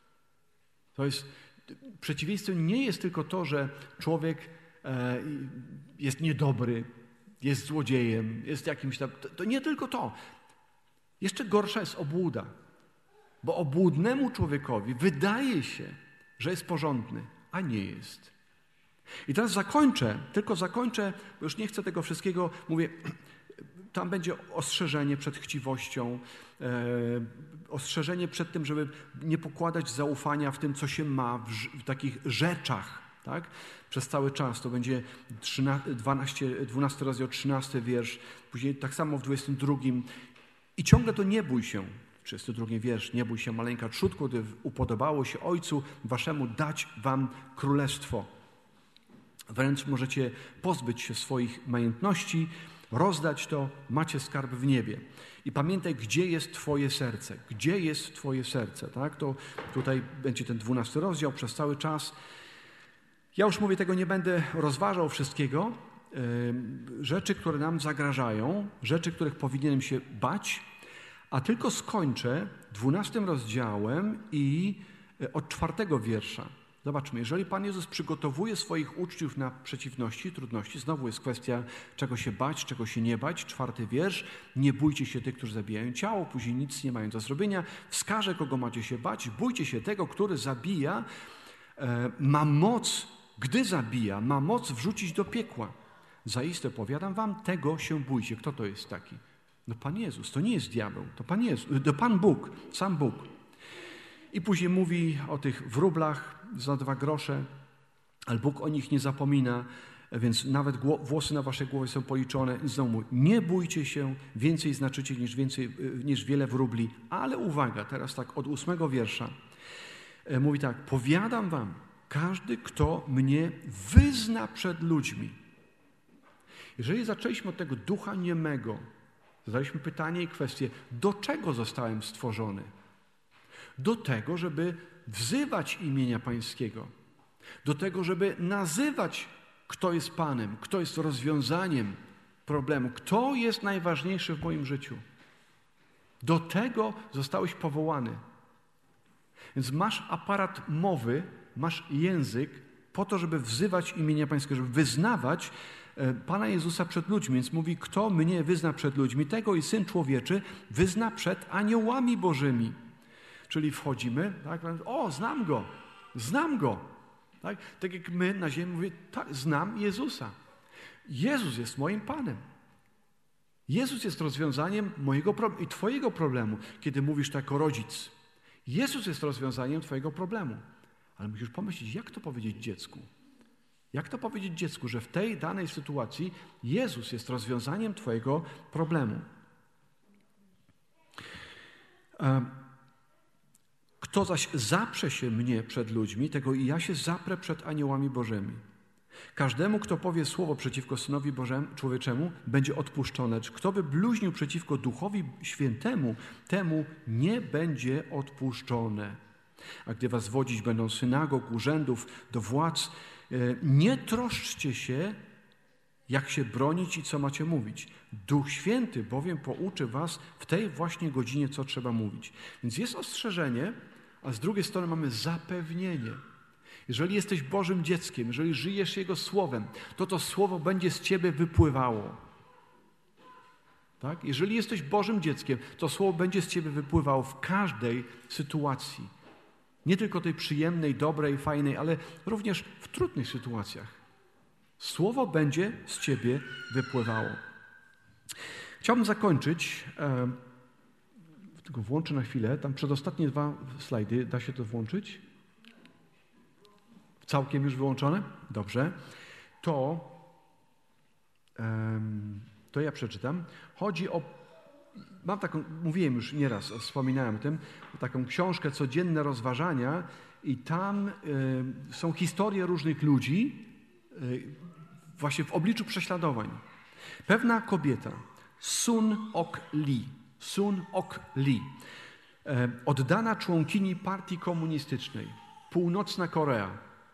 Przeciwieństwem nie jest tylko to, że człowiek jest niedobry, jest złodziejem, jest jakimś tam... To nie tylko to. Jeszcze gorsza jest obłuda. Bo obłudnemu człowiekowi wydaje się, że jest porządny, a nie jest. I teraz zakończę, bo już nie chcę tego wszystkiego, mówię, tam będzie ostrzeżenie przed chciwością, ostrzeżenie przed tym, żeby nie pokładać zaufania w tym, co się ma, w takich rzeczach, tak? Przez cały czas. To będzie 12 rozdział, 13 wiersz, później tak samo w 22. I ciągle to nie bój się. 32 wiersz, nie bój się maleńka trzódko, gdy upodobało się Ojcu Waszemu dać Wam królestwo. Wręcz możecie pozbyć się swoich majątności, rozdać to, macie skarb w niebie. I pamiętaj, gdzie jest Twoje serce. Gdzie jest Twoje serce, tak? To tutaj będzie ten 12 rozdział przez cały czas. Ja już mówię, tego nie będę rozważał wszystkiego. Rzeczy, które nam zagrażają, rzeczy, których powinienem się bać, a tylko skończę 12 rozdziałem i od 4 wiersza. Zobaczmy, jeżeli Pan Jezus przygotowuje swoich uczniów na przeciwności, trudności, znowu jest kwestia, czego się bać, czego się nie bać. 4 wiersz, nie bójcie się tych, którzy zabijają ciało, później nic nie mają do zrobienia. Wskażę, kogo macie się bać, bójcie się tego, który zabija, ma moc, gdy zabija, ma moc wrzucić do piekła. Zaiste powiadam wam, tego się bójcie. Kto to jest taki? No Pan Jezus, to nie jest diabeł, to Pan Jezus, to Pan Bóg, sam Bóg. I później mówi o tych wróblach za 2 grosze, ale Bóg o nich nie zapomina, więc nawet włosy na waszej głowie są policzone. I znowu, nie bójcie się, więcej znaczycie niż wiele wróbli. Ale uwaga, teraz tak od 8 wiersza. Mówi tak, powiadam wam, każdy, kto mnie wyzna przed ludźmi. Jeżeli zaczęliśmy od tego ducha niemego, zadaliśmy pytanie i kwestię, do czego zostałem stworzony? Do tego, żeby wzywać imienia Pańskiego. Do tego, żeby nazywać, kto jest Panem, kto jest rozwiązaniem problemu, kto jest najważniejszy w moim życiu. Do tego zostałeś powołany. Więc masz aparat mowy, masz język po to, żeby wzywać imienia Pańskiego, żeby wyznawać Pana Jezusa przed ludźmi. Więc mówi, kto mnie wyzna przed ludźmi, tego i Syn Człowieczy wyzna przed aniołami Bożymi. Czyli wchodzimy, tak, o, znam Go. Tak jak my na ziemi mówimy, tak, znam Jezusa. Jezus jest moim Panem. Jezus jest rozwiązaniem mojego problemu i Twojego problemu, kiedy mówisz to jako rodzic. Jezus jest rozwiązaniem Twojego problemu. Ale musisz pomyśleć, jak to powiedzieć dziecku? Jak to powiedzieć dziecku, że w tej danej sytuacji Jezus jest rozwiązaniem Twojego problemu? Kto zaś zaprze się mnie przed ludźmi, tego i ja się zaprę przed aniołami Bożymi. Każdemu, kto powie słowo przeciwko Synowi Bożemu, człowieczemu, będzie odpuszczone. Kto by bluźnił przeciwko Duchowi Świętemu, temu nie będzie odpuszczone. A gdy was wodzić będą synagog, urzędów, do władz, nie troszczcie się, jak się bronić i co macie mówić. Duch Święty bowiem pouczy was w tej właśnie godzinie, co trzeba mówić. Więc jest ostrzeżenie, a z drugiej strony mamy zapewnienie. Jeżeli jesteś Bożym dzieckiem, jeżeli żyjesz Jego Słowem, to Słowo będzie z ciebie wypływało. Tak? Jeżeli jesteś Bożym dzieckiem, to Słowo będzie z ciebie wypływało w każdej sytuacji. Nie tylko tej przyjemnej, dobrej, fajnej, ale również w trudnych sytuacjach. Słowo będzie z ciebie wypływało. Chciałbym zakończyć, tylko włączę na chwilę, tam przedostatnie 2 slajdy, da się to włączyć? Całkiem już wyłączone? Dobrze. To ja przeczytam. Chodzi o, mam taką, mówiłem już nieraz, wspominałem o tym, taką książkę Codzienne rozważania i tam są historie różnych ludzi właśnie w obliczu prześladowań. Pewna kobieta, Sun Ok Lee, oddana członkini partii komunistycznej, Północna Korea.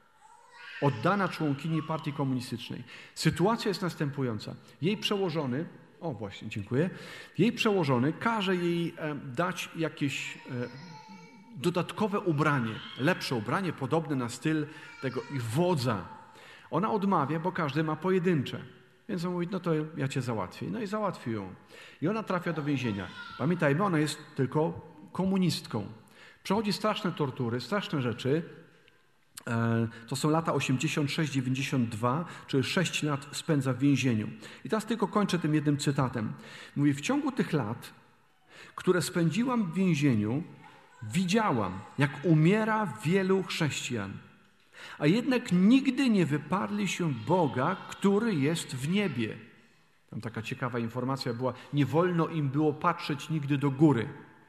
oddana członkini partii komunistycznej. Sytuacja jest następująca. Jej przełożony, jej przełożony każe jej dać jakieś dodatkowe ubranie, lepsze ubranie, podobne na styl tego ich wodza. Ona odmawia, bo każdy ma pojedyncze. Więc on mówi, no to ja cię załatwię. No i załatwi ją. I ona trafia do więzienia. Pamiętajmy, ona jest tylko komunistką. Przechodzi straszne tortury, straszne rzeczy. To są lata 86-92, czyli 6 lat spędza w więzieniu. I teraz tylko kończę tym jednym cytatem. Mówi, w ciągu tych lat, które spędziłam w więzieniu, widziałam, jak umiera wielu chrześcijan, a jednak nigdy nie wyparli się Boga, który jest w niebie. Tam taka ciekawa informacja była, nie wolno im było patrzeć nigdy do góry.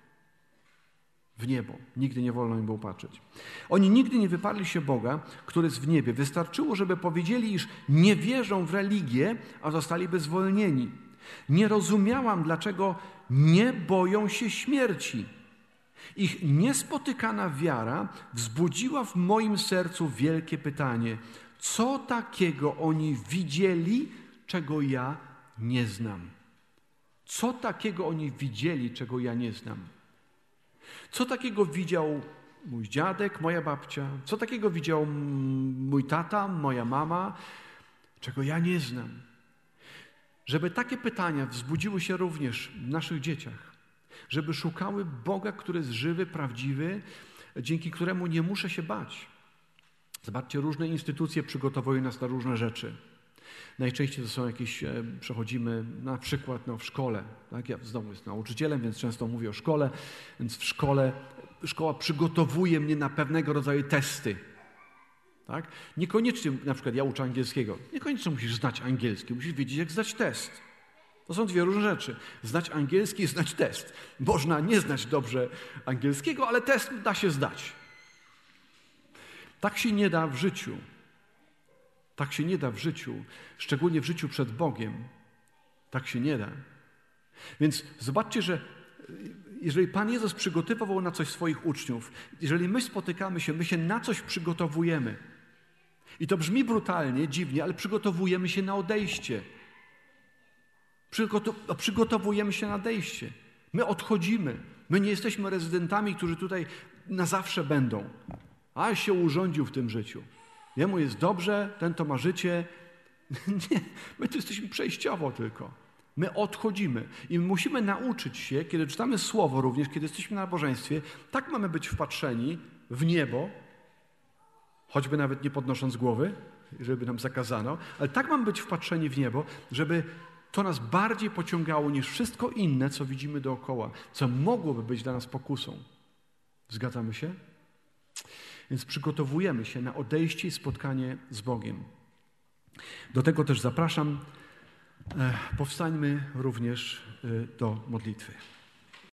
W niebo. Nigdy nie wolno im było patrzeć. Oni nigdy nie wyparli się Boga, który jest w niebie. Wystarczyło, żeby powiedzieli, iż nie wierzą w religię, a zostaliby zwolnieni. Nie rozumiałam, dlaczego nie boją się śmierci. Ich niespotykana wiara wzbudziła w moim sercu wielkie pytanie. Co takiego oni widzieli, czego ja nie znam? Co takiego oni widzieli, czego ja nie znam? Co takiego widział mój dziadek, moja babcia? Co takiego widział mój tata, moja mama, czego ja nie znam? Żeby takie pytania wzbudziły się również w naszych dzieciach. Żeby szukały Boga, który jest żywy, prawdziwy, dzięki któremu nie muszę się bać. Zobaczcie, różne instytucje przygotowują nas na różne rzeczy. Najczęściej to są jakieś, przechodzimy na przykład w szkole. Tak? Ja znowu jestem nauczycielem, więc często mówię o szkole. Więc w szkole, szkoła przygotowuje mnie na pewnego rodzaju testy. Tak? Niekoniecznie, na przykład ja uczę angielskiego. Niekoniecznie musisz znać angielski, musisz wiedzieć, jak zdać test. To są dwie różne rzeczy. Znać angielski i znać test. Można nie znać dobrze angielskiego, ale test da się zdać. Tak się nie da w życiu. Tak się nie da w życiu, szczególnie w życiu przed Bogiem. Tak się nie da. Więc zobaczcie, że jeżeli Pan Jezus przygotowywał na coś swoich uczniów, jeżeli my spotykamy się, my się na coś przygotowujemy. I to brzmi brutalnie, dziwnie, ale przygotowujemy się na odejście. Przygotowujemy się na odejście. My odchodzimy. My nie jesteśmy rezydentami, którzy tutaj na zawsze będą. A się urządził w tym życiu. Jemu jest dobrze, ten to ma życie. Nie, my tu jesteśmy przejściowo tylko. My odchodzimy i musimy nauczyć się, kiedy czytamy Słowo również, kiedy jesteśmy na nabożeństwie, tak mamy być wpatrzeni w niebo, choćby nawet nie podnosząc głowy, żeby nam zakazano, ale tak mamy być wpatrzeni w niebo, żeby to nas bardziej pociągało niż wszystko inne, co widzimy dookoła, co mogłoby być dla nas pokusą. Zgadzamy się? Więc przygotowujemy się na odejście i spotkanie z Bogiem. Do tego też zapraszam. Powstańmy również do modlitwy.